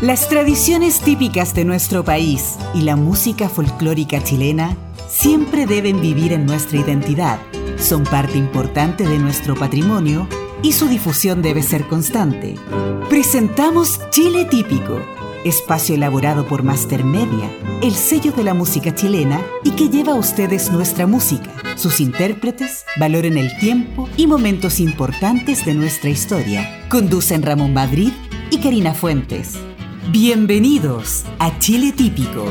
Las tradiciones típicas de nuestro país y la música folclórica chilena siempre deben vivir en nuestra identidad. Son parte importante de nuestro patrimonio y su difusión debe ser constante. Presentamos Chile Típico, espacio elaborado por Master Media, el sello de la música chilena y que lleva a ustedes nuestra música, sus intérpretes, valor en el tiempo y momentos importantes de nuestra historia. Conducen Ramón Madrid y Karina Fuentes. Bienvenidos a Chile Típico.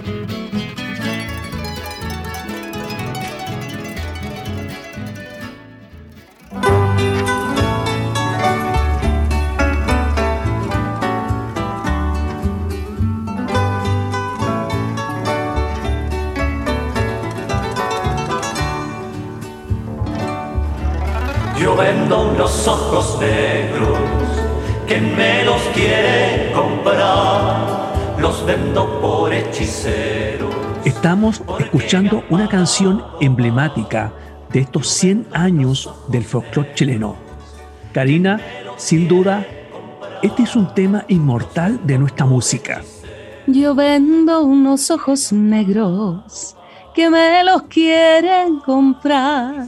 Yo vendo unos ojos negros, ¿quién me los quiere comprar? Los vendo por hechicero. Estamos escuchando una canción emblemática de estos 100 años del folclore chileno. Karina, sin duda, este es un tema inmortal de nuestra música. Yo vendo unos ojos negros que me los quieren comprar.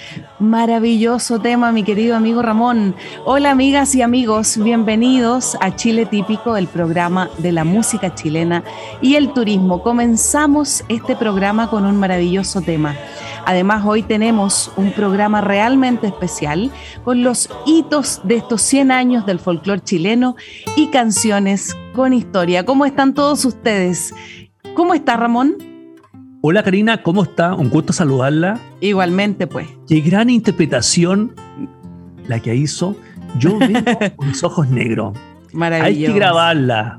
Maravilloso tema, mi querido amigo Ramón. Hola, amigas y amigos, bienvenidos a Chile Típico, el programa de la música chilena y el turismo. Comenzamos este programa con un maravilloso tema. Además, hoy tenemos un programa realmente especial con los hitos de estos 100 años del folclore chileno y canciones con historia. ¿Cómo están todos ustedes? ¿Cómo está, Ramón? Hola Karina, ¿cómo está? Un gusto saludarla. Igualmente, pues. Qué gran interpretación la que hizo. Yo veo unos ojos negros. Maravilloso. Hay que grabarla.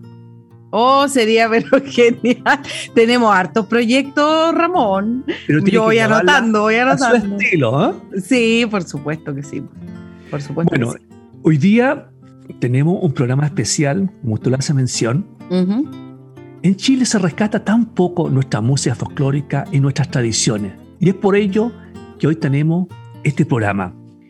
Oh, sería pero genial. Tenemos hartos proyectos, Ramón. Pero yo voy anotando. A su estilo, ¿eh? Sí, por supuesto que sí. Por supuesto. Bueno, que sí. Hoy día tenemos un programa especial, como tú le haces mención. Uh-huh. En Chile se rescata tan poco nuestra música folclórica y nuestras tradiciones. Y es por ello que hoy tenemos este programa.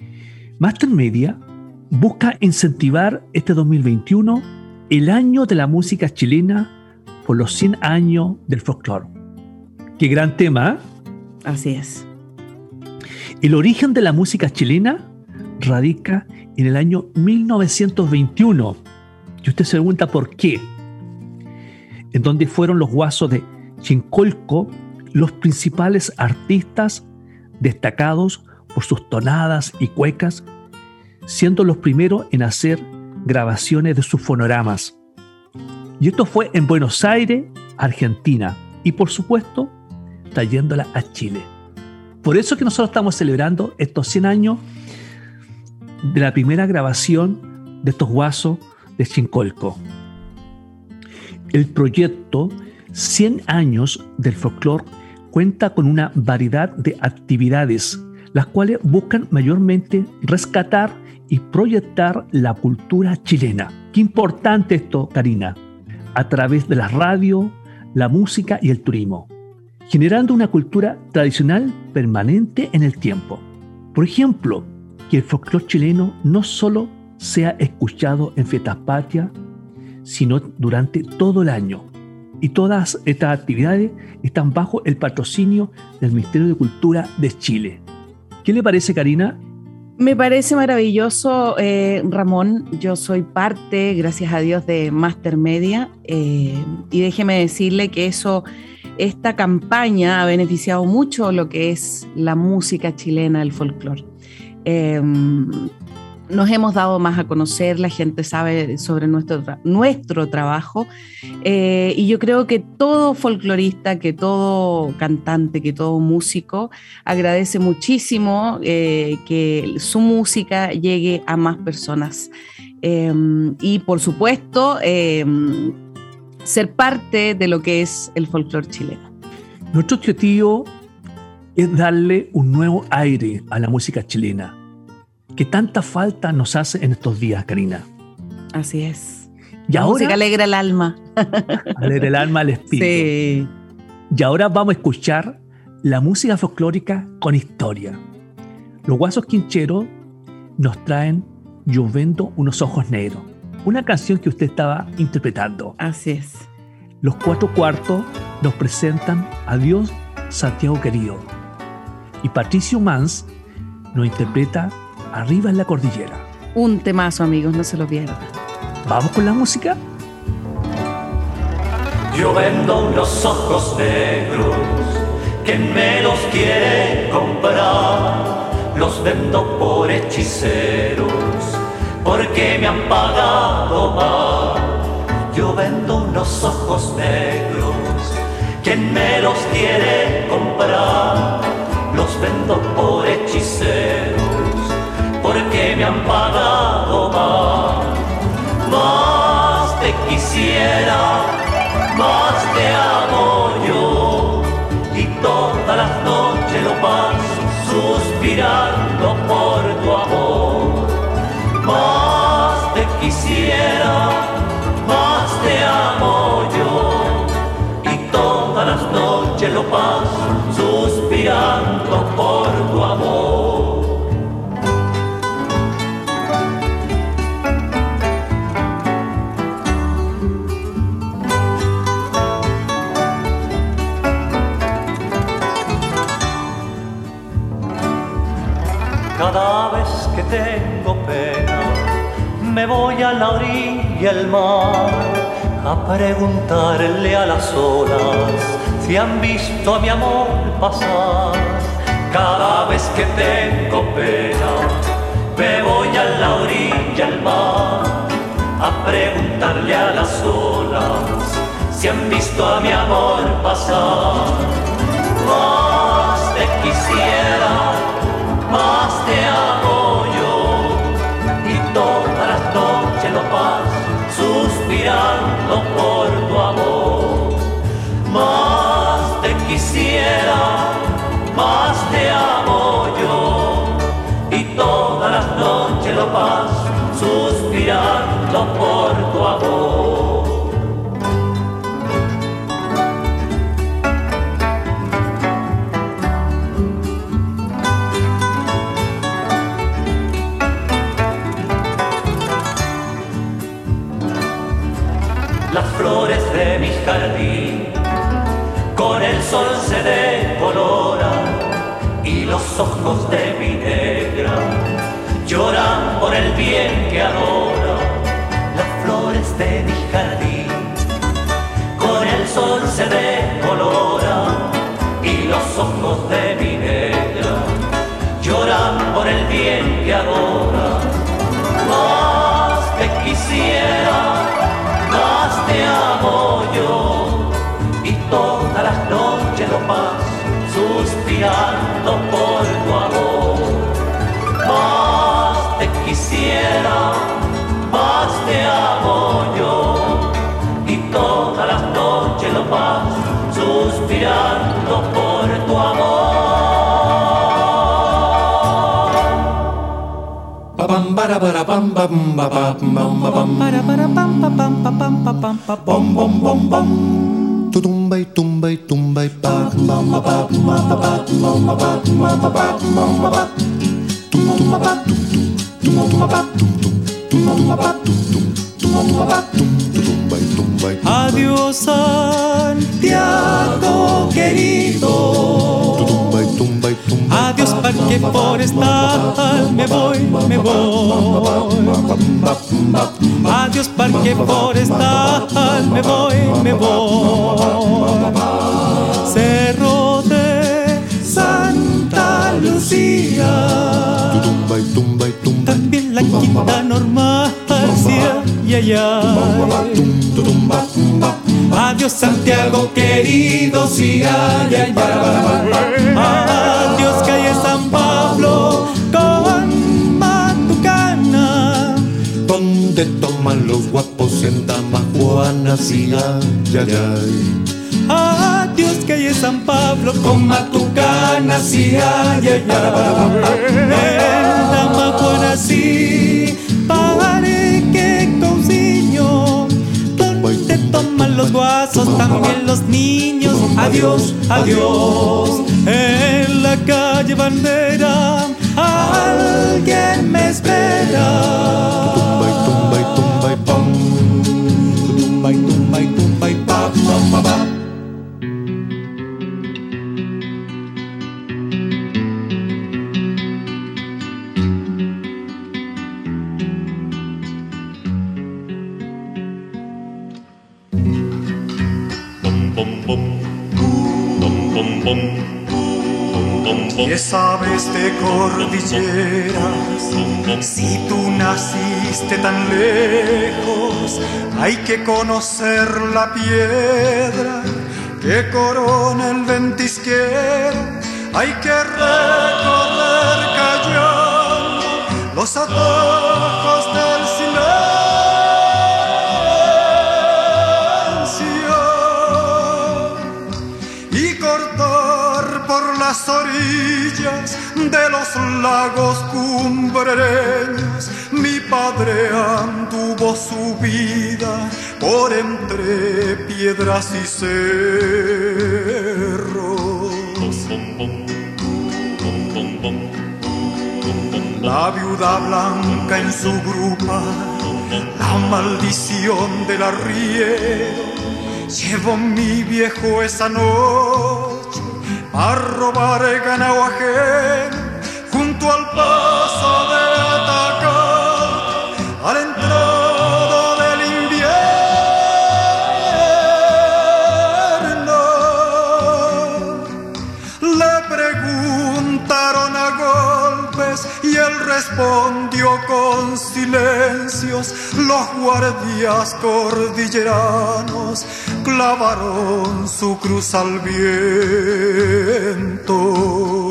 Master Media busca incentivar este 2021 el año de la música chilena por los 100 años del folclore. ¡Qué gran tema! ¿Eh? Así es. El origen de la música chilena radica en el año 1921. Y usted se pregunta por qué. En donde fueron los guasos de Chincolco los principales artistas destacados por sus tonadas y cuecas, siendo los primeros en hacer grabaciones de sus fonogramas. Y esto fue en Buenos Aires, Argentina, y por supuesto, trayéndola a Chile. Por eso que nosotros estamos celebrando estos 100 años de la primera grabación de estos guasos de Chincolco. El proyecto 100 años del folclore cuenta con una variedad de actividades, las cuales buscan mayormente rescatar y proyectar la cultura chilena. Qué importante esto, Karina, a través de la radio, la música y el turismo, generando una cultura tradicional permanente en el tiempo. Por ejemplo, que el folclore chileno no solo sea escuchado en fiestas patrias, sino durante todo el año. Y todas estas actividades están bajo el patrocinio del Ministerio de Cultura de Chile. ¿Qué le parece, Karina? Me parece maravilloso, Ramón. Yo soy parte, gracias a Dios, de Master Media y déjeme decirle que esta campaña ha beneficiado mucho lo que es la música chilena, el folclore. Nos hemos dado más a conocer, la gente sabe sobre nuestro trabajo y yo creo que todo folclorista, que todo cantante, que todo músico agradece muchísimo que su música llegue a más personas y por supuesto ser parte de lo que es el folclore chileno. Nuestro objetivo es darle un nuevo aire a la música chilena, que tanta falta nos hace en estos días, Karina. Así es. Y la ahora, música alegra el alma. Alegra el alma al espíritu. Sí. Y ahora vamos a escuchar la música folclórica con historia. Los guasos quincheros nos traen Yo vendo unos ojos negros. una canción que usted estaba interpretando. Así es. Los 4/4 nos presentan Adiós, Santiago querido. Y Patricio Mans nos interpreta Arriba en la cordillera. Un temazo, amigos, no se lo pierdan. ¿Vamos con la música? Yo vendo unos ojos negros, quien me los quiere comprar, los vendo por hechiceros, porque me han pagado mal. Yo vendo unos ojos negros, quien me los quiere comprar, los vendo por hechiceros, porque me han pagado mal. Más te quisiera, más te amo yo, y todas las noches lo paso suspirando por tu amor. Más te quisiera, más te amo yo, y todas las noches lo paso suspirando por tu amor. Cada vez que tengo pena, me voy a la orilla del mar a preguntarle a las olas si han visto a mi amor pasar. Cada vez que tengo pena, me voy a la orilla del mar a preguntarle a las olas si han visto a mi amor pasar. Más te quisiera, más te amo yo, y todas las noches lo paso suspirando por tu amor. Más te quisiera, más te amo yo, y todas las noches lo paso suspirando por tu amor. Las flores de mi jardín con el sol se decoloran, y los ojos de mi negra lloran por el bien que adora. Las flores de mi jardín con el sol se decoloran, y los ojos de mi negra lloran por el bien que adora. Más te quisiera, más te amo yo, y todas las noches lo paso suspirando por tu amor. Más te quisiera, más te amo yo, y todas las noches lo paso suspirando por tu amor. Bam bara bara bam bam bam bam bam bara bara bam bam bam bam bam bam bam bam bam tumbai tumbai tumbai bam bam bam bam bam bam bam bam bam tumba tumbai. Adiós Santiago querido, adiós Parque Forestal, me voy. Adiós Parque Forestal, me voy. Cerro de Santa Lucía, también la Quinta Normal, sí, ay. Adiós Santiago querido, sí, ay. Adiós calle San Pablo con Matucana, donde toman los guapos en Damajuana, sí, ay. Adiós calle San Pablo con Matucana, sí, ay. En Damajuana, sí, Parque Cousiño, donde toman los guasos, también los niños. Adiós. En la calle Bandera alguien me espera. Tumbai, tumba y tumba y tumba y pa pa pa pa. ¿Qué sabes de cordilleras? Si tú naciste tan lejos, hay que conocer la piedra que corona el ventisquero. Hay que recorrer callando los atajos del silencio y cortar por las orillas de los lagos cumbreños. Mi padre anduvo su vida por entre piedras y cerros. La viuda blanca en su grupa, la maldición del arriero. Llevó mi viejo esa noche a robar ganado ajeno junto al paso de Atacama, a la entrada del invierno. Le preguntaron a golpes y él respondió con silencios. Los guardias cordilleranos clavaron su cruz al viento.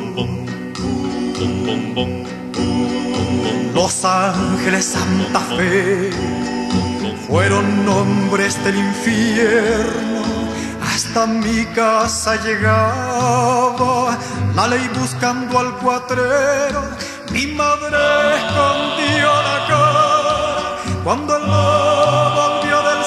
Los Ángeles, Santa Fe fueron nombres del infierno. Hasta mi casa llegaba la ley buscando al cuatrero. Mi madre escondió la cara cuando el lobo volvió del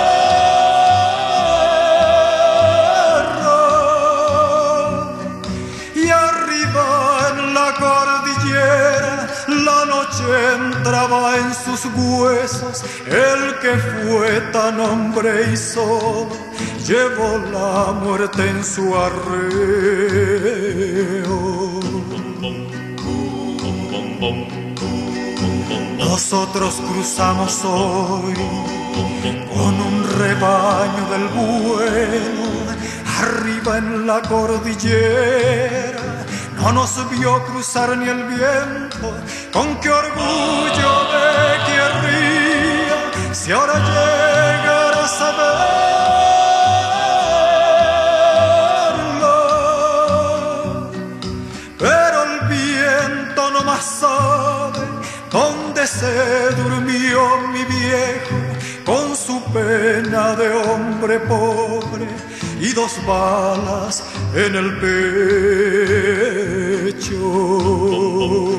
cerro. Y arriba en la cordillera la noche entraba en sus huesos. El que fue tan hombre y solo llevó la muerte en su arreo. Nosotros cruzamos hoy con un rebaño del bueno. Arriba en la cordillera no nos vio cruzar ni el viento. Con qué orgullo me querría si ahora llegara a saberlo. Pero el viento no más sabe dónde se durmió mi viejo con su pena de hombre pobre y 2 balas en el pecho.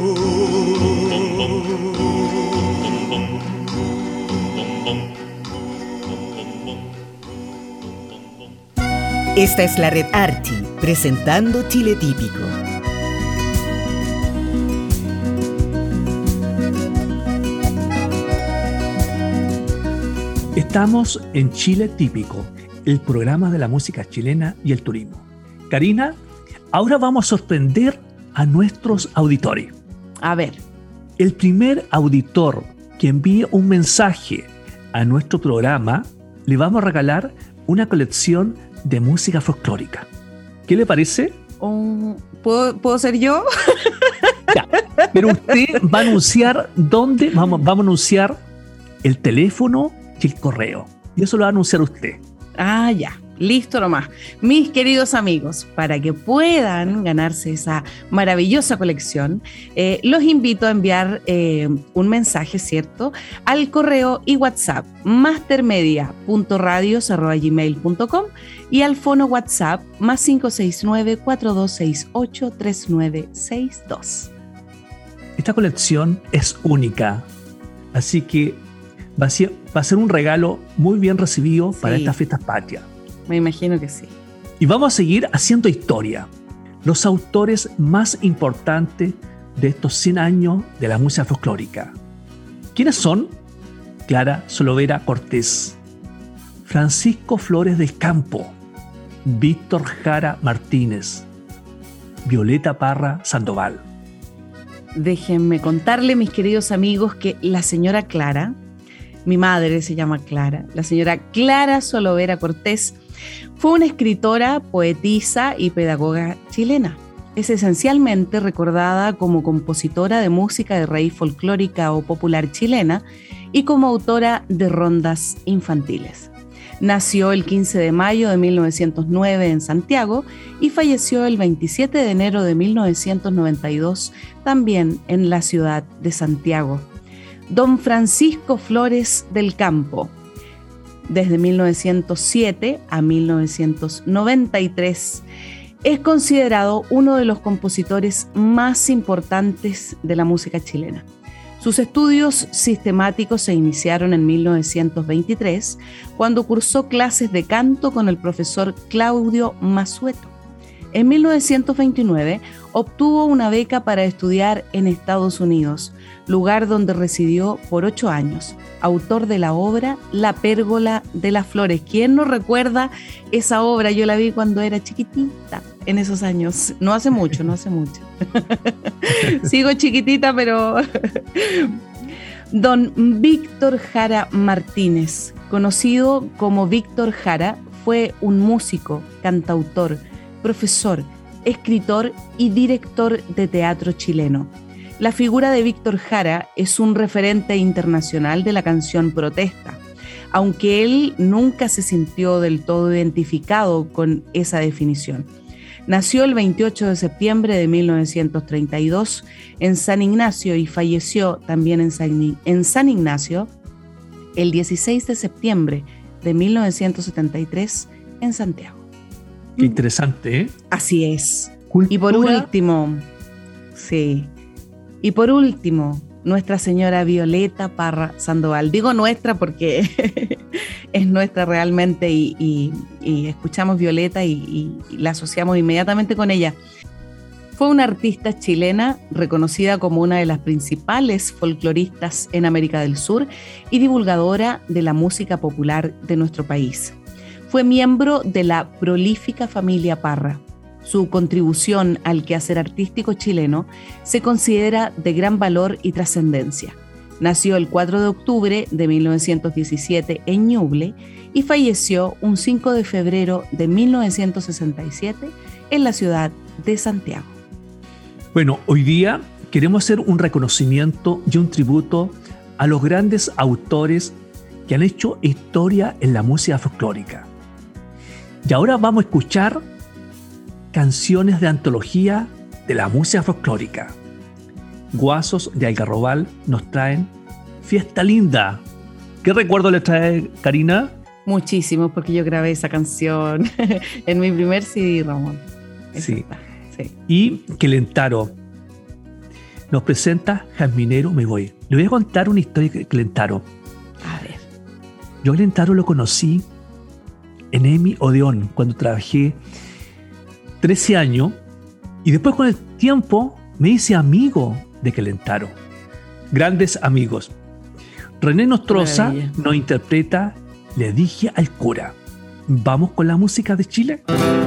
Esta es la Red Archi, presentando Chile Típico. Estamos en Chile Típico, el programa de la música chilena y el turismo. Karina, ahora vamos a sorprender a nuestros auditores. A ver. El primer auditor que envíe un mensaje a nuestro programa, le vamos a regalar una colección de música folclórica. ¿Qué le parece? ¿Puedo ser yo? Ya, pero usted va a anunciar dónde, vamos a anunciar el teléfono y el correo. Y eso lo va a anunciar usted. Ah, ya. Listo nomás. Mis queridos amigos, para que puedan ganarse esa maravillosa colección, los invito a enviar un mensaje, ¿cierto?, al correo y WhatsApp mastermedia.radios@gmail.com y al fono WhatsApp +569 4268 3962. Esta colección es única, así que va a ser un regalo muy bien recibido para estas fiestas patrias. Me imagino que sí. Y vamos a seguir haciendo historia. Los autores más importantes de estos 100 años de la música folclórica. ¿Quiénes son? Clara Solovera Cortés, Francisco Flores del Campo, Víctor Jara Martínez, Violeta Parra Sandoval. Déjenme contarle, mis queridos amigos, que la señora Clara, mi madre se llama Clara, la señora Clara Solovera Cortés, fue una escritora, poetisa y pedagoga chilena. Es esencialmente recordada como compositora de música de raíz folclórica o popular chilena y como autora de rondas infantiles. Nació el 15 de mayo de 1909 en Santiago y falleció el 27 de enero de 1992 también en la ciudad de Santiago. Don Francisco Flores del Campo, desde 1907 a 1993, es considerado uno de los compositores más importantes de la música chilena. Sus estudios sistemáticos se iniciaron en 1923, cuando cursó clases de canto con el profesor Claudio Massueto. En 1929 obtuvo una beca para estudiar en Estados Unidos, lugar donde residió por 8 años, autor de la obra La Pérgola de las Flores. ¿Quién no recuerda esa obra? Yo la vi cuando era chiquitita, en esos años, no hace mucho. Sigo chiquitita, pero... Don Víctor Jara Martínez, conocido como Víctor Jara, fue un músico, cantautor, profesor, escritor y director de teatro chileno. La figura de Víctor Jara es un referente internacional de la canción protesta, aunque él nunca se sintió del todo identificado con esa definición. Nació el 28 de septiembre de 1932 en San Ignacio y falleció también en San Ignacio el 16 de septiembre de 1973 en Santiago. Qué interesante, ¿eh? Así es. Cultura. Y por último, Nuestra Señora Violeta Parra Sandoval. Digo nuestra porque es nuestra realmente y escuchamos Violeta y la asociamos inmediatamente con ella. Fue una artista chilena reconocida como una de las principales folcloristas en América del Sur y divulgadora de la música popular de nuestro país. Fue miembro de la prolífica familia Parra. Su contribución al quehacer artístico chileno se considera de gran valor y trascendencia. Nació el 4 de octubre de 1917 en Ñuble y falleció un 5 de febrero de 1967 en la ciudad de Santiago. Bueno, hoy día queremos hacer un reconocimiento y un tributo a los grandes autores que han hecho historia en la música folclórica. Y ahora vamos a escuchar canciones de antología de la música folclórica. Guasos de Algarrobal nos traen Fiesta Linda. ¿Qué recuerdo les trae, Karina? Muchísimos, porque yo grabé esa canción en mi primer CD, Ramón. Sí. Y Quelentaro nos presenta Jazminero Me Voy. Le voy a contar una historia de Quelentaro. A ver. Yo a Quelentaro lo conocí en EMI Odeón cuando trabajé 13 años y después con el tiempo me hice amigo de Quelentaro. Grandes amigos. René Nostroza nos interpreta Le dije al cura. ¿Vamos con la música de Chile?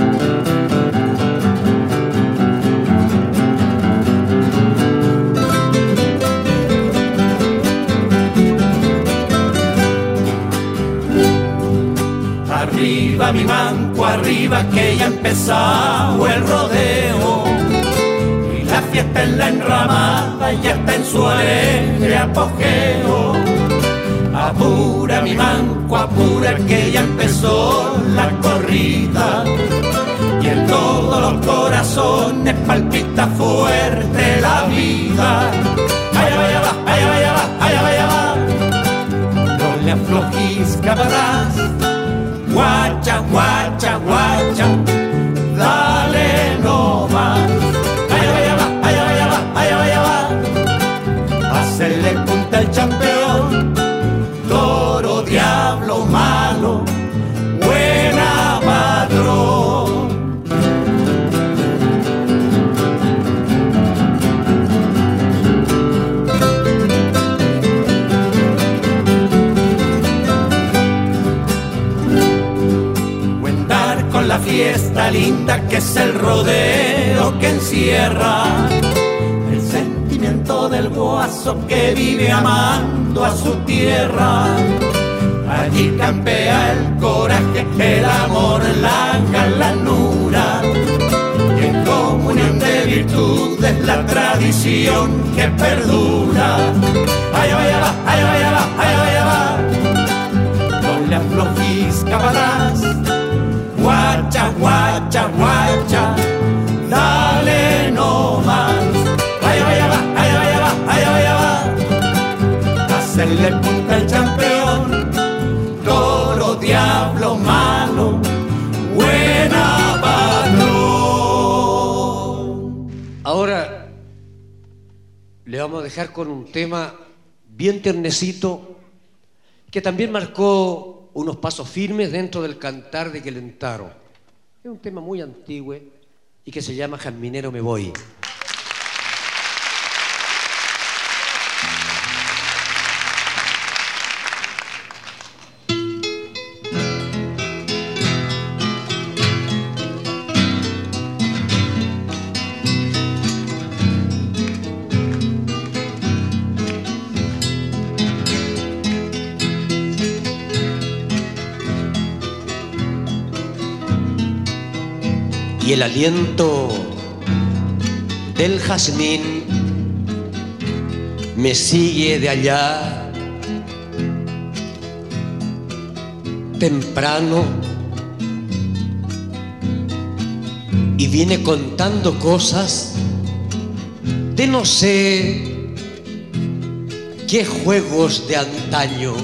Arriba mi manco, arriba que ya ha empezado el rodeo y la fiesta en la enramada ya está en su alegre apogeo. Apura mi manco, apura que ya empezó la corrida y en todos los corazones palpita fuerte la vida. Allá vaya va, allá vaya va, allá vaya va, no le aflojís capataz. Guacha, guacha, guacha, dale no más. Allá vaya va, allá vaya va, allá vaya va. Hacerle punta al campeón, toro, diablo, malo, buena patrón. fiesta linda que es el rodeo que encierra el sentimiento del guaso que vive amando a su tierra. Allí campea el coraje, el amor, la galanura, y en comunión de virtudes la tradición que perdura. Allá vaya va, allá vaya va, allá vaya va, no le aflojís caparás. Guacha, guacha, guacha, dale no más. Allá vaya va, allá vaya va, allá vaya va, hacerle punta al campeón. Toro, diablo, malo, buena patrón. Ahora le vamos a dejar con un tema bien tiernecito que también marcó unos pasos firmes dentro del cantar de Quelentaro. Es un tema muy antiguo y que se llama Jazminero me voy. Y el aliento del jazmín me sigue de allá temprano y viene contando cosas de no sé qué juegos de antaño.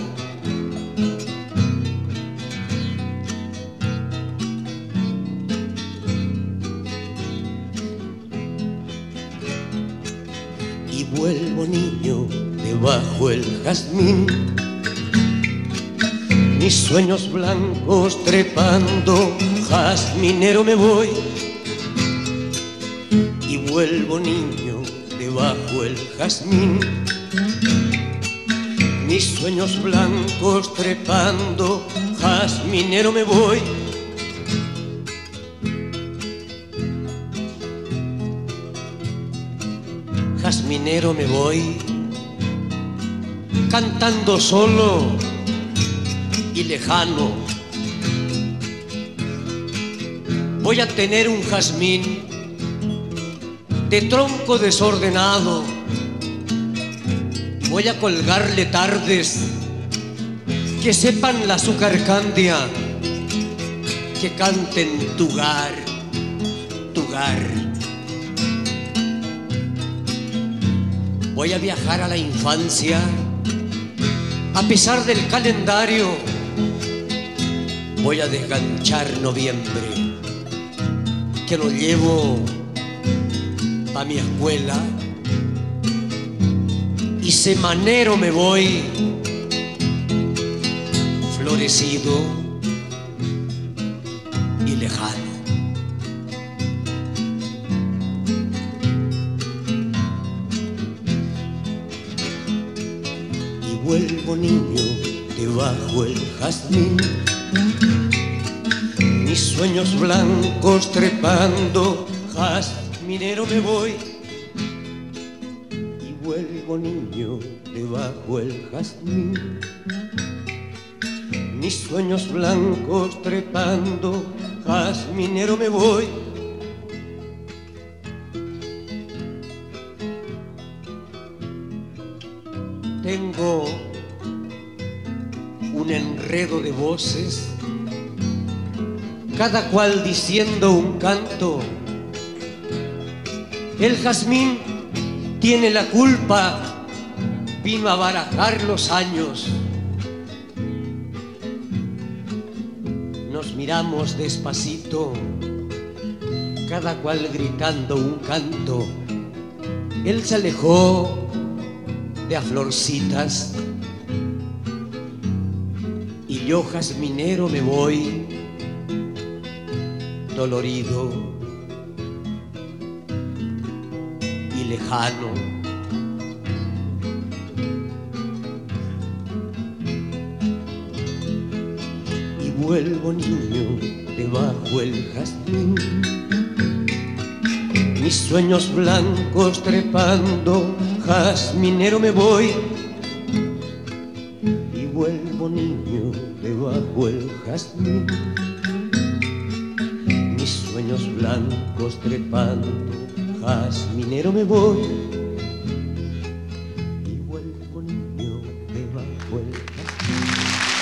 Vuelvo niño debajo el jazmín, mis sueños blancos trepando, jazminero me voy. Y vuelvo niño debajo el jazmín, mis sueños blancos trepando, jazminero me voy. Jazminero me voy, cantando solo y lejano. Voy a tener un jazmín de tronco desordenado. Voy a colgarle tardes que sepan la azucarcandia, que canten tugar, tugar. Voy a viajar a la infancia, a pesar del calendario. Voy a desganchar noviembre, que lo llevo a mi escuela. Y semanero me voy, florecido y lejano. Vuelvo niño debajo el jazmín, mis sueños blancos trepando, jazminero me voy. Y vuelvo niño debajo el jazmín, mis sueños blancos trepando, jazminero me voy. Tengo un enredo de voces, cada cual diciendo un canto. El jazmín tiene la culpa, vino a barajar los años. Nos miramos despacito, cada cual gritando un canto. Él se alejó de a florcitas y yo jazminero me voy, dolorido y lejano. Y vuelvo niño debajo el jazmín. Mis sueños blancos trepando, jazminero me voy. Y vuelvo niño debajo el jazmín. Mis sueños blancos trepando, jazminero me voy. Y vuelvo niño debajo el jazmín.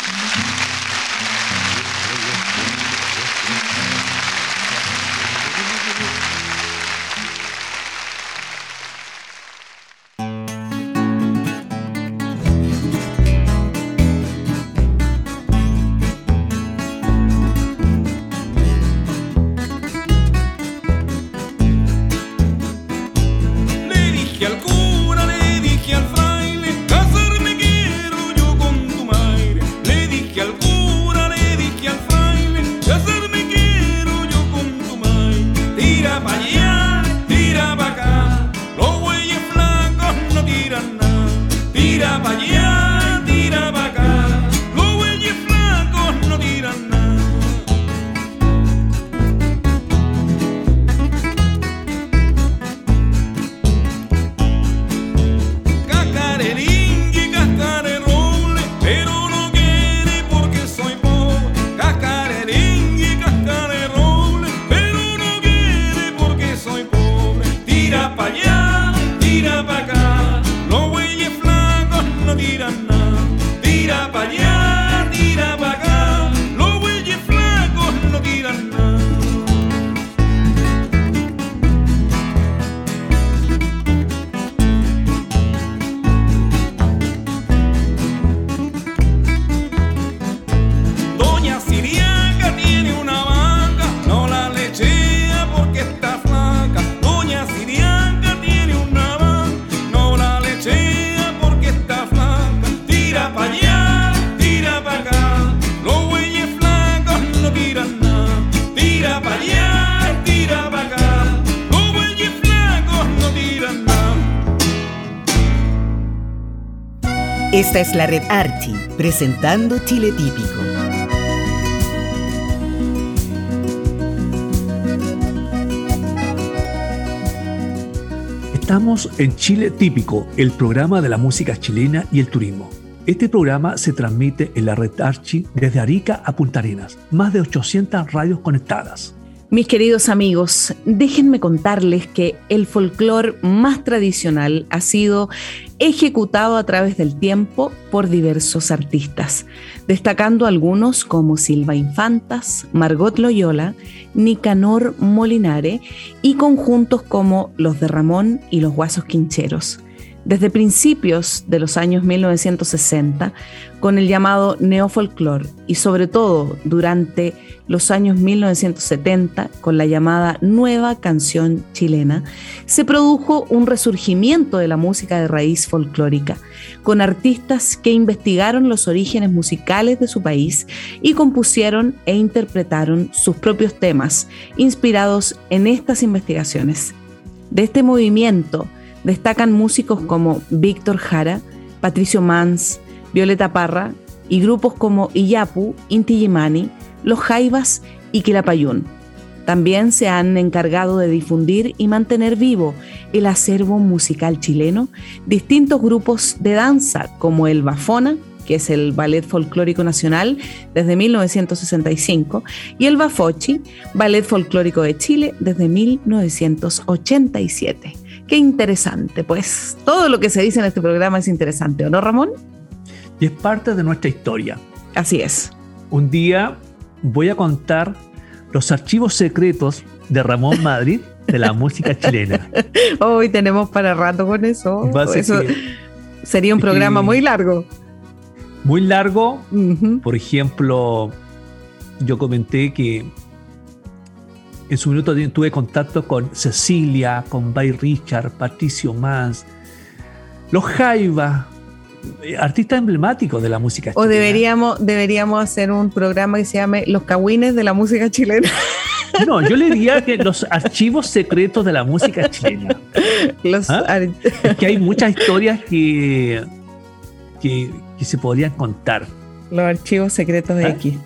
Esta es la Red Archi, presentando Chile Típico. Estamos en Chile Típico, el programa de la música chilena y el turismo. Este programa se transmite en la Red Archi desde Arica a Punta Arenas, más de 800 radios conectadas. Mis queridos amigos, déjenme contarles que el folclore más tradicional ha sido ejecutado a través del tiempo por diversos artistas, destacando algunos como Silva Infantas, Margot Loyola, Nicanor Molinare y conjuntos como Los de Ramón y Los Guasos Quincheros. Desde principios de los años 1960, con el llamado neofolclore y sobre todo durante los años 1970, con la llamada nueva canción chilena, se produjo un resurgimiento de la música de raíz folclórica, con artistas que investigaron los orígenes musicales de su país y compusieron e interpretaron sus propios temas, inspirados en estas investigaciones. De este movimiento destacan músicos como Víctor Jara, Patricio Mans, Violeta Parra y grupos como Iyapu, Inti Illimani, Los Jaivas y Quilapayún. También se han encargado de difundir y mantener vivo el acervo musical chileno distintos grupos de danza como el Bafona, que es el Ballet Folclórico Nacional desde 1965, y el Bafochi, Ballet Folclórico de Chile desde 1987. Qué interesante, pues todo lo que se dice en este programa es interesante, ¿o no, Ramón? Y es parte de nuestra historia. Así es. Un día voy a contar los archivos secretos de Ramón Madrid de la música chilena. Hoy tenemos para rato con eso. Eso sería un programa muy largo. Muy largo. Uh-huh. Por ejemplo, yo comenté que en su minuto tuve contacto con Cecilia, con Bay Richard, Patricio Mans, Los Jaivas, artistas emblemáticos de la música chilena. O deberíamos hacer un programa que se llame Los Cagüines de la música chilena. No, yo le diría que los archivos secretos de la música chilena. Es que hay muchas historias que se podrían contar. Los archivos secretos de X.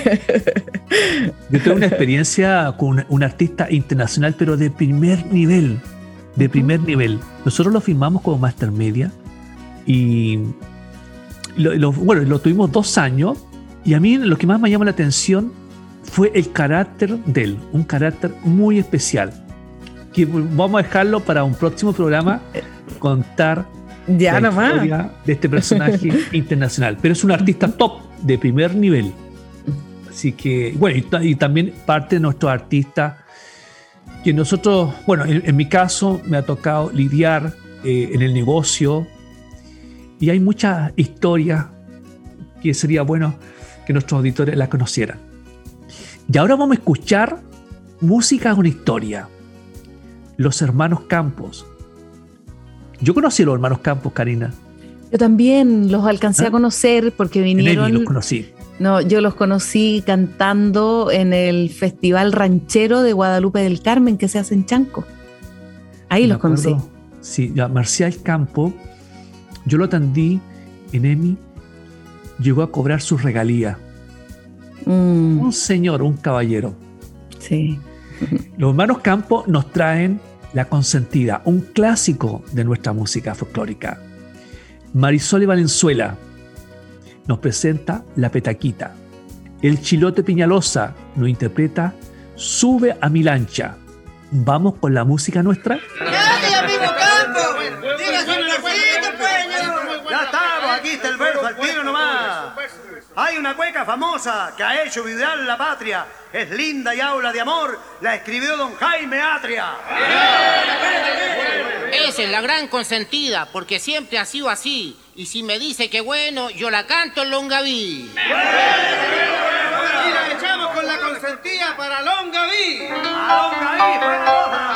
Yo tengo una experiencia con un artista internacional, pero de primer nivel. De primer nivel. Nosotros lo firmamos como Master Media y lo tuvimos 2 años, y a mí lo que más me llamó la atención fue el carácter de él, un carácter muy especial, que vamos a dejarlo para un próximo programa, contar la historia de este personaje internacional, pero es un artista top, de primer nivel. Así que, bueno, y también parte de nuestros artistas que nosotros, bueno, en mi caso me ha tocado lidiar en el negocio, y hay muchas historias que sería bueno que nuestros auditores la conocieran. Y ahora vamos a escuchar música con historia. Los hermanos Campos. Yo conocí a los hermanos Campos, Karina. Yo también los alcancé a conocer porque vinieron. Los conocí. No, yo los conocí cantando en el Festival Ranchero de Guadalupe del Carmen que se hace en Chanco. Ahí los conocí. Sí, ya Marcial Campo, yo lo atendí en EMI, llegó a cobrar sus regalías. Un señor, un caballero. Sí. Los hermanos Campos nos traen La Consentida, un clásico de nuestra música folclórica. Marisol y Valenzuela nos presenta La Petaquita. El Chilote Piñalosa nos interpreta Sube a mi lancha. ¿Vamos con la música nuestra? ¡Ya, amigo Campo! ¡Dígase un versito, pues! Ya estamos, aquí está el verso al tiro nomás. Hay una cueca famosa que ha hecho vibrar la patria. Es linda y habla de amor. La escribió don Jaime Atria. Esa es la gran consentida, porque siempre ha sido así. Y si me dice que bueno, yo la canto en Longaví. Y la echamos con la consentida para Longaví. ¡A Longaví, para la cosa!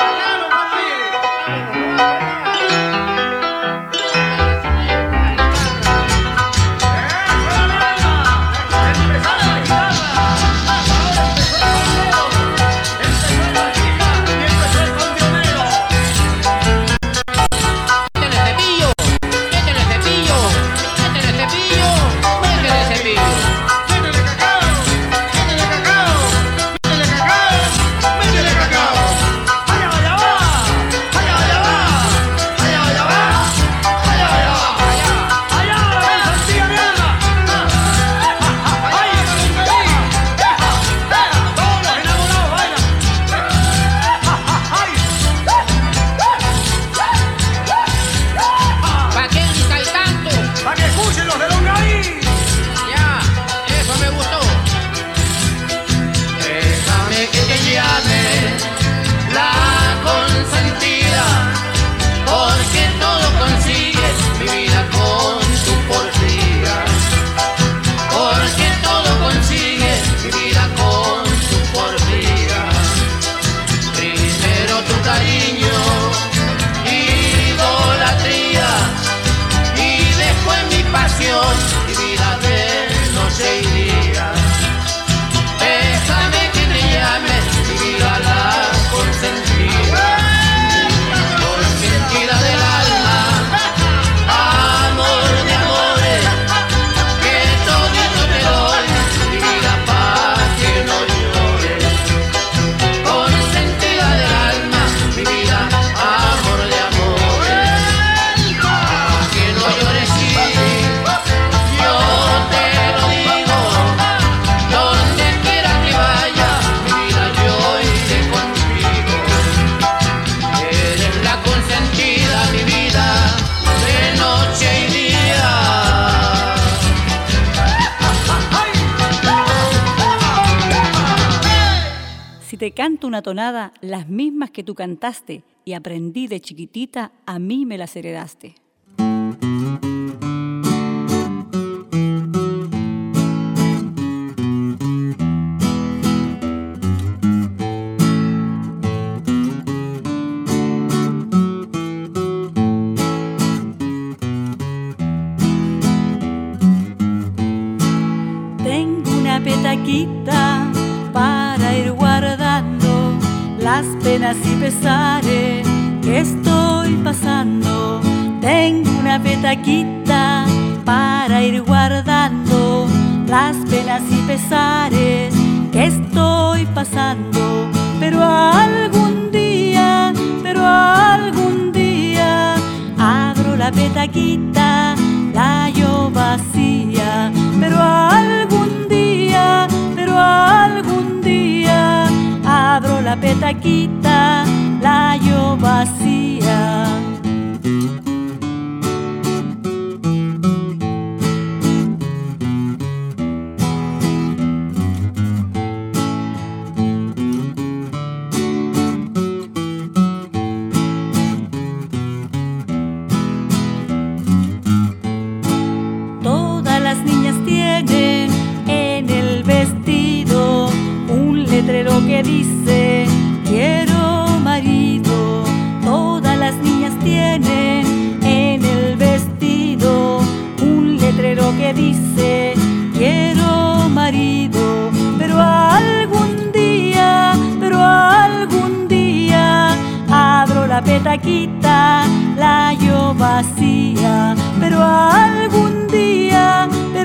Te canto una tonada, las mismas que tú cantaste, y aprendí de chiquitita, a mí me las heredaste. Tengo una petaquita para ir guardando las penas y pesares que estoy pasando. Tengo una petaquita para ir guardando las penas y pesares que estoy pasando, pero algún día abro la petaquita, la hallo vacía, pero algún día abro la petaquita, la hallo vacía. Que dice quiero marido. Todas las niñas tienen en el vestido un letrero que dice quiero marido, pero algún día abro la petaquita, la hallo vacía, pero algún día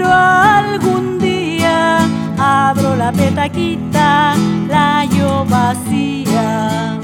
abro la petaquita, la hallo vacía.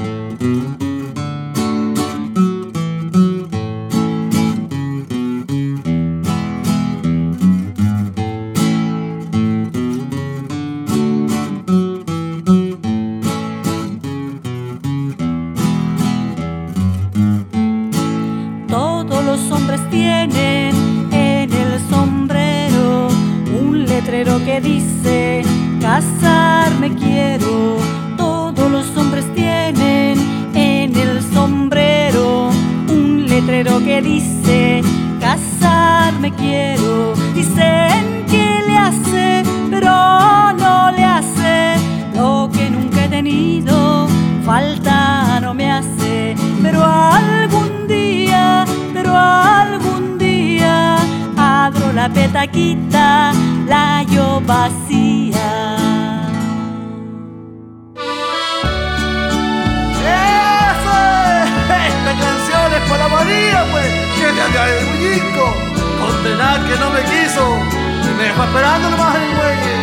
Todos los hombres tienen en el sombrero un letrero que dice casarme quiero. Todos los hombres tienen en el sombrero un letrero que dice casarme quiero. Dicen que le hace, pero no le hace lo que nunca he tenido, falta no me hace, pero algún día abro la petaquita, la hallo vacía. ¡Eso es! Esta canción es para María, pues, que es de allá del Bullico. Condenada que no me quiso y me dejó esperando nomás en el muelle.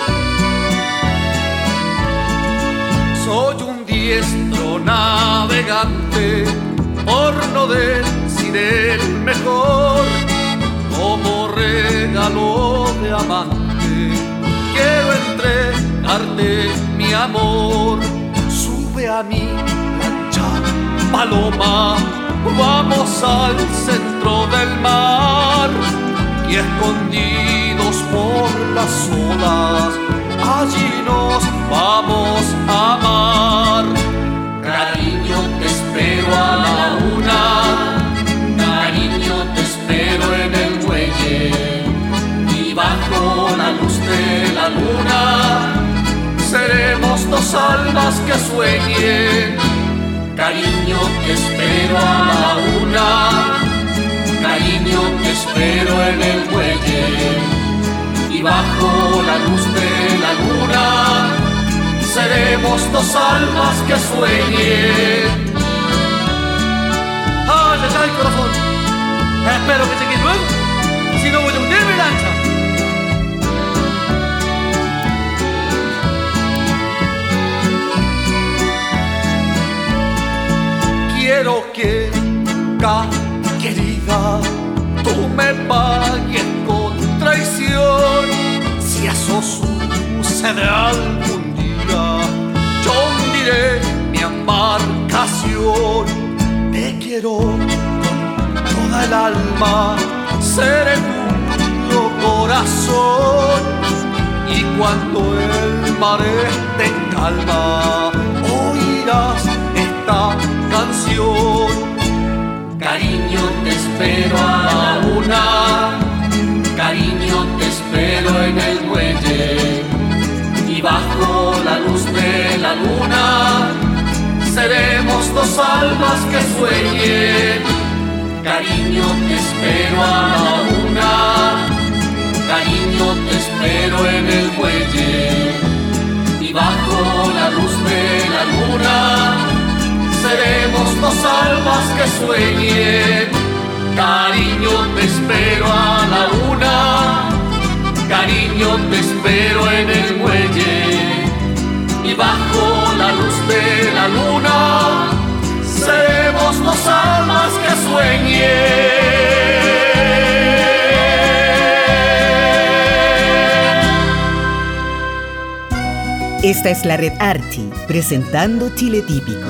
Soy un diestro navegante, por no decir el mejor. Como regalo de amante quiero entregarte mi amor. Sube a mi lancha, paloma, vamos al centro del mar y escondidos por las olas allí nos vamos a amar. Cariño, te espero a la una, cariño, te espero en el muelle y bajo la luz de la luna seremos dos almas que sueñen. Cariño, te espero a la una, cariño, te espero en el muelle y bajo la luz de la luna seremos dos almas que sueñen. ¡Ay, ay, corazón! Espero que llegue luego, si no voy a hundir mi lancha. Quiero que, querida, tú me pagues con traición. Si eso sucede algún día, yo hundiré mi embarcación. Te quiero toda el alma, seré tuyo corazón. Y cuando el mar esté en calma, oirás esta canción. Cariño, te espero a la una, cariño, te espero en el muelle y bajo la luz de la luna seremos dos almas que sueñen. Cariño, te espero a la una, cariño, te espero en el muelle y bajo la luz de la luna seremos dos almas que sueñen. Cariño, te espero a la una, cariño, yo te espero en el muelle y bajo la luz de la luna seremos dos almas que sueñen. Esta es la Red Archi, presentando Chile Típico.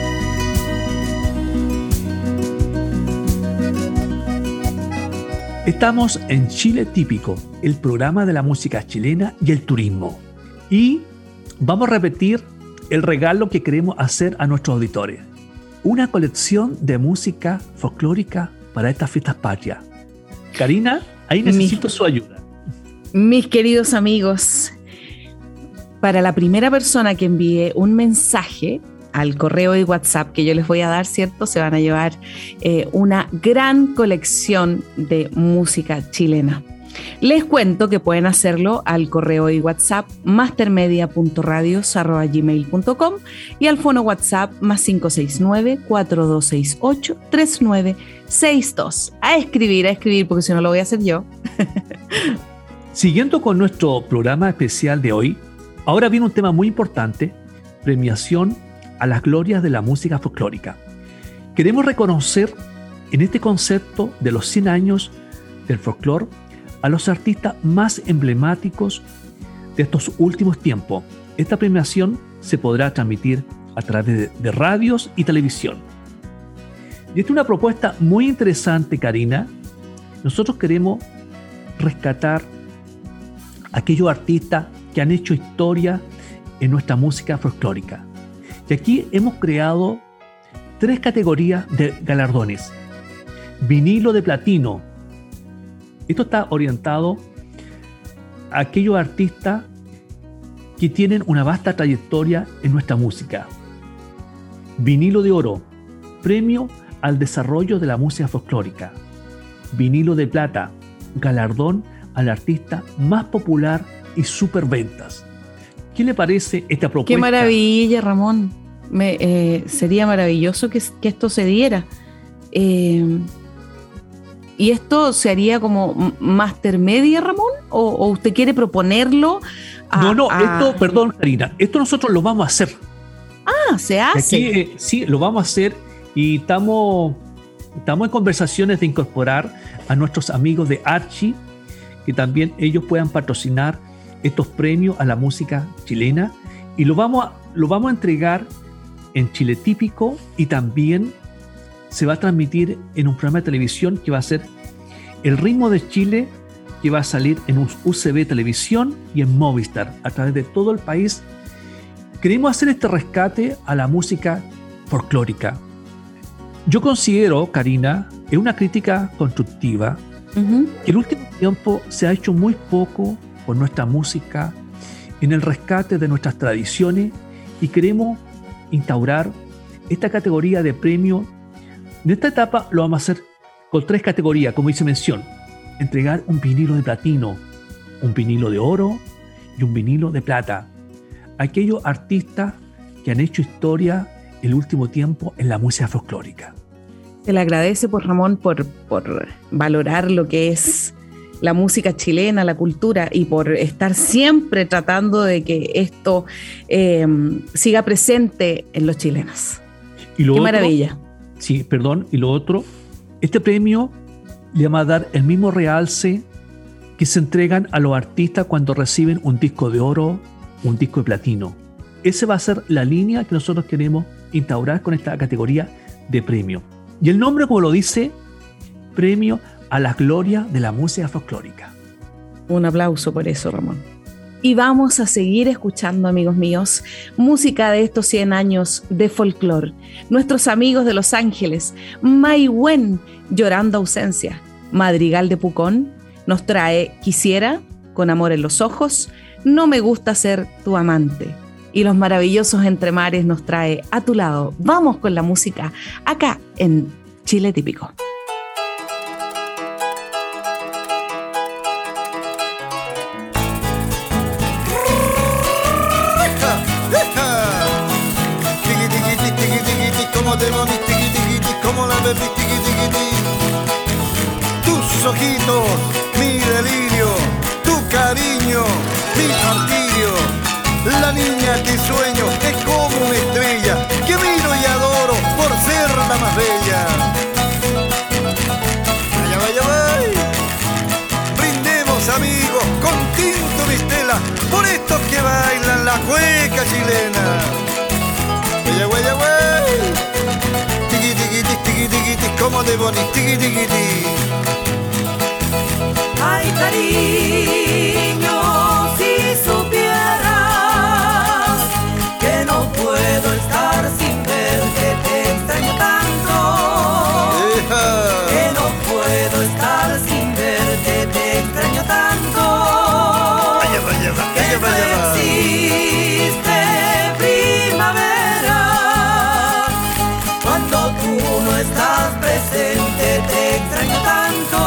Estamos en Chile Típico, el programa de la música chilena y el turismo. Y vamos a repetir el regalo que queremos hacer a nuestros auditores. Una colección de música folclórica para estas fiestas patrias. Karina, ahí necesito su ayuda. Mis queridos amigos, para la primera persona que envíe un mensaje al correo y WhatsApp que yo les voy a dar, ¿cierto? Se van a llevar una gran colección de música chilena. Les cuento que pueden hacerlo al correo y WhatsApp mastermedia.radios@gmail.com y al fono WhatsApp +569-4268-3962. A escribir, porque si no lo voy a hacer yo. Siguiendo con nuestro programa especial de hoy, ahora viene un tema muy importante, premiación a las glorias de la música folclórica. Queremos reconocer en este concepto de los 100 años del folclore a los artistas más emblemáticos de estos últimos tiempos. Esta premiación se podrá transmitir a través de radios y televisión. Y esta es una propuesta muy interesante, Karina. Nosotros queremos rescatar a aquellos artistas que han hecho historia en nuestra música folclórica. Y aquí hemos creado 3 categorías de galardones. Vinilo de platino. Esto está orientado a aquellos artistas que tienen una vasta trayectoria en nuestra música. Vinilo de oro. Premio al desarrollo de la música folclórica. Vinilo de plata. Galardón al artista más popular y superventas. ¿Qué le parece esta propuesta? Qué maravilla, Ramón. Sería maravilloso que esto se diera. ¿Y esto se haría como Master Media, Ramón? ¿O usted quiere proponerlo? Perdón, Karina. Esto nosotros lo vamos a hacer. Ah, se hace. Aquí, sí, lo vamos a hacer y estamos en conversaciones de incorporar a nuestros amigos de Archi, que también ellos puedan patrocinar estos premios a la música chilena, y lo vamos a entregar en Chile Típico, y también se va a transmitir en un programa de televisión que va a ser El Ritmo de Chile, que va a salir en un UCB Televisión y en Movistar a través de todo el país. Queremos hacer este rescate a la música folclórica. Yo considero, Karina, es una crítica constructiva, que en el último tiempo se ha hecho muy poco por nuestra música, en el rescate de nuestras tradiciones, y queremos instaurar esta categoría de premio. En esta etapa lo vamos a hacer con 3 categorías, como hice mención: entregar un vinilo de platino, un vinilo de oro y un vinilo de plata. Aquellos artistas que han hecho historia el último tiempo en la música folclórica. Se le agradece, pues, Ramón, por valorar lo que es la música chilena, la cultura, y por estar siempre tratando de que esto siga presente en los chilenos. Y lo Qué otro, maravilla. Sí, perdón. Y lo otro, este premio le vamos a dar el mismo realce que se entregan a los artistas cuando reciben un disco de oro, un disco de platino. Esa va a ser la línea que nosotros queremos instaurar con esta categoría de premio. Y el nombre, como lo dice, Premio a la Gloria de la Música Folclórica. Un aplauso por eso, Ramón. Y vamos a seguir escuchando, amigos míos, música de estos 100 años de folclore. Nuestros amigos de Los Ángeles, Maigüen, Llorando Ausencia. Madrigal de Pucón nos trae Quisiera, Con Amor en los Ojos, No me gusta ser tu amante. Y Los Maravillosos Entremares nos trae A tu lado. Vamos con la música acá en Chile Típico. Tus ojitos, mi delirio, tu cara cariño, mi martirio. La niña que sueño es como una estrella que miro y adoro por ser la más bella. Vaya, vaya, vaya. Brindemos, amigos, con tinto mistela por estos que bailan la cueca chilena. Vaya, vaya, vaya. Tiqui, tiqui, tiqui, tiqui, tiqui, tiqui, como de bonito, tiqui, tiqui, tiqui. Ay, cariño, si supieras que no puedo estar sin verte, te extraño tanto. Que no puedo estar sin verte, te extraño tanto. Vaya, vaya, vaya, que no existe primavera cuando tú no estás presente, te extraño tanto.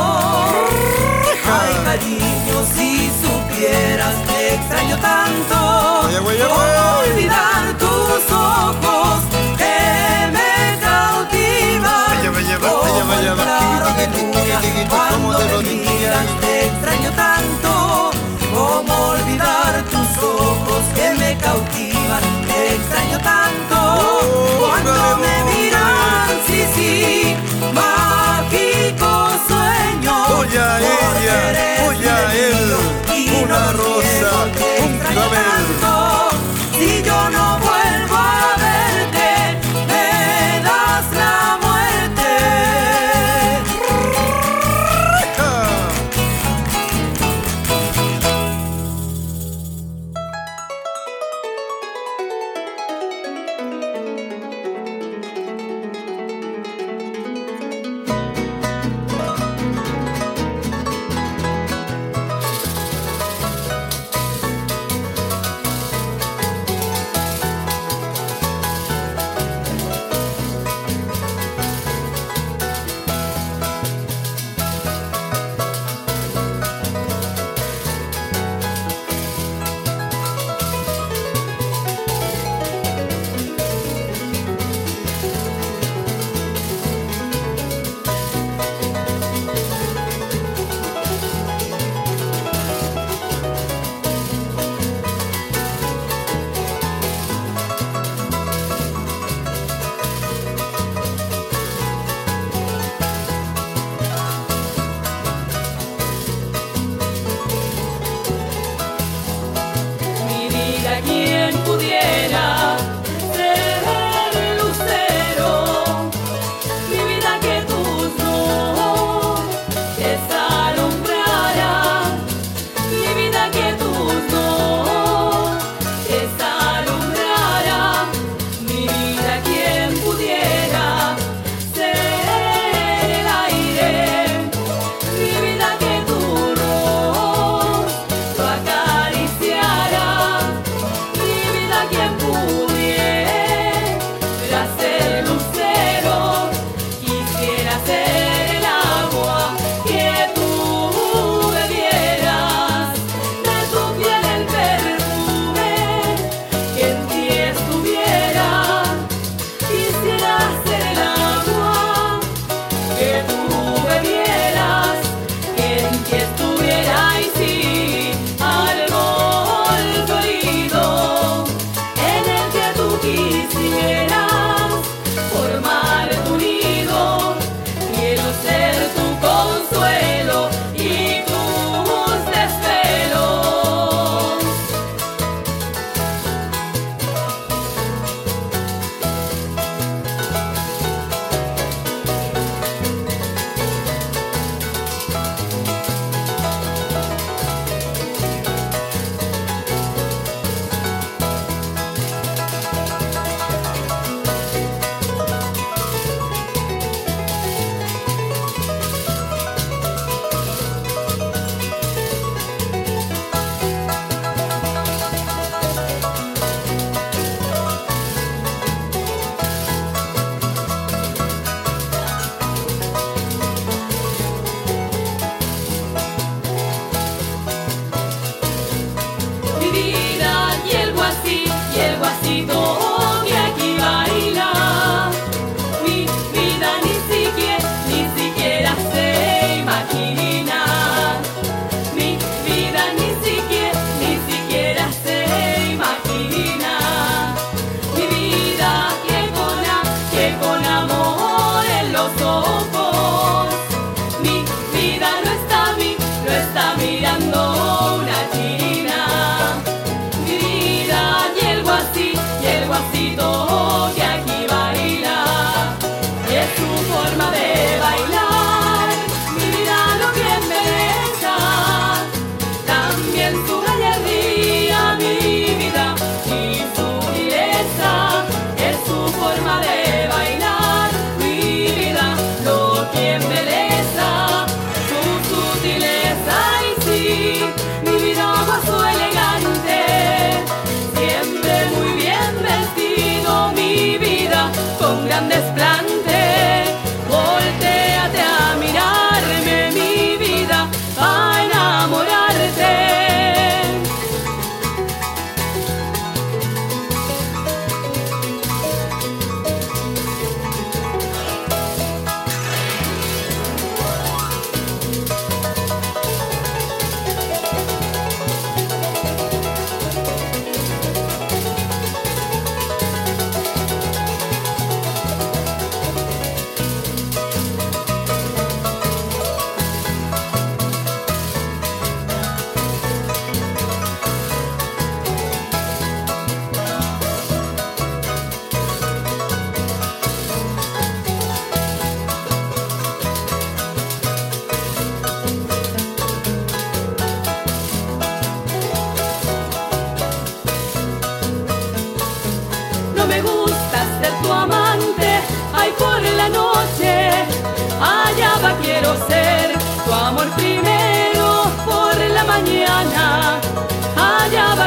Ay, cariño, si supieras, te extraño tanto. ¿Cómo olvidar tus ojos que me cautivan? Como el claro de luna cuando me miras, te extraño tanto. ¿Cómo olvidar tus ojos que me cautivan? Te extraño tanto. Cuando me miran, sí, sí, mágico sueño. Voy a ella, voy a él, una rosa, un clavel.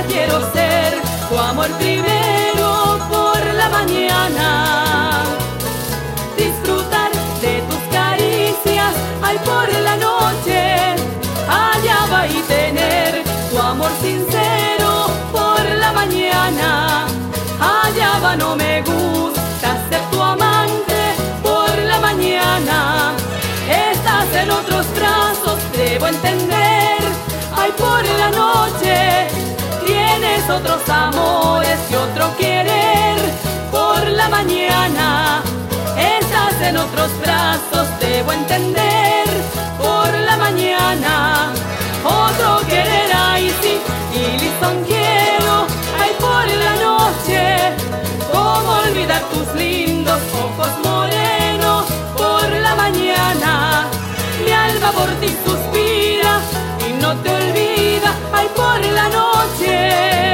quiero ser tu amor primero por la mañana. Disfrutar de tus caricias, ay, por la noche. Allá va y tener tu amor sincero por la mañana. Allá va, no me gusta ser tu amante por la mañana. Estás en otros brazos, debo entender. Ay, por la noche tienes otros amores y otro querer. Por la mañana estás en otros brazos, debo entender. Por la mañana otro querer, ay sí, y lisonjero. Ay, por la noche, ¿cómo olvidar tus lindos ojos morenos? Por la mañana mi alma por ti suspira y no te olvida, ay, por la noche.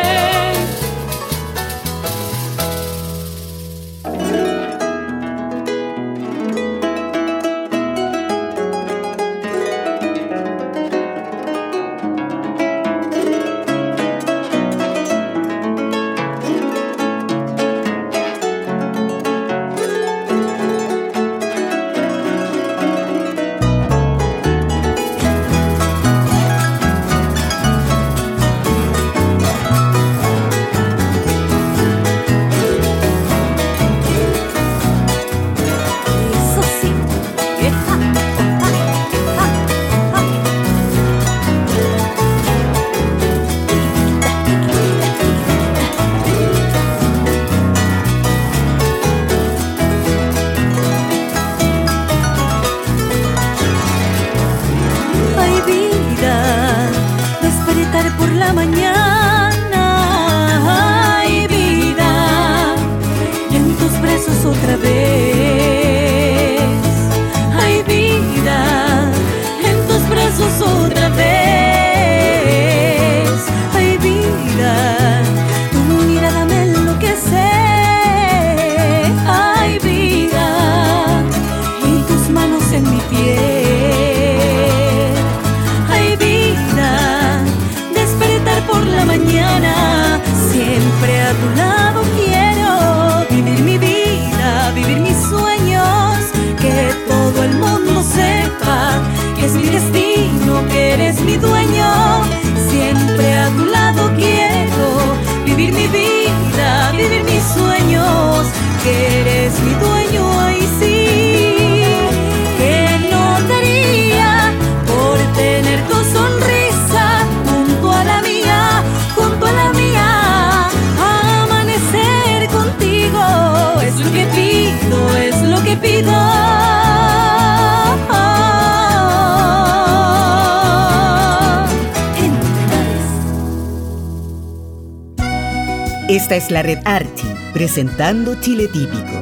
Esta es la Red Archi, presentando Chile Típico.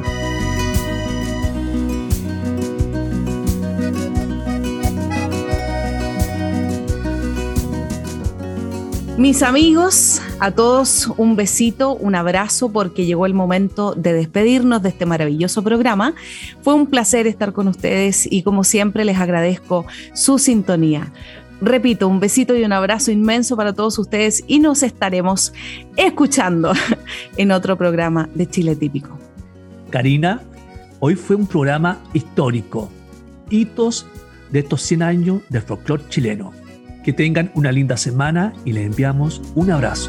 Mis amigos, a todos un besito, un abrazo, porque llegó el momento de despedirnos de este maravilloso programa. Fue un placer estar con ustedes y, como siempre, les agradezco su sintonía. Repito, un besito y un abrazo inmenso para todos ustedes y nos estaremos escuchando en otro programa de Chile Típico. Karina, hoy fue un programa histórico. Hitos de estos 100 años del folclore chileno. Que tengan una linda semana y les enviamos un abrazo.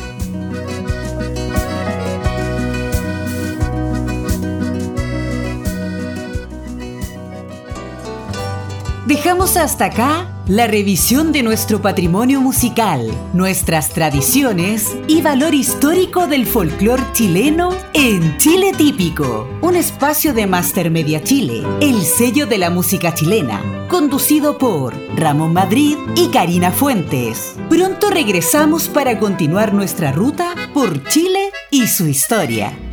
Dejamos hasta acá la revisión de nuestro patrimonio musical, nuestras tradiciones y valor histórico del folclore chileno en Chile Típico, un espacio de Master Media Chile, el sello de la música chilena, conducido por Ramón Madrid y Karina Fuentes. Pronto regresamos para continuar nuestra ruta por Chile y su historia.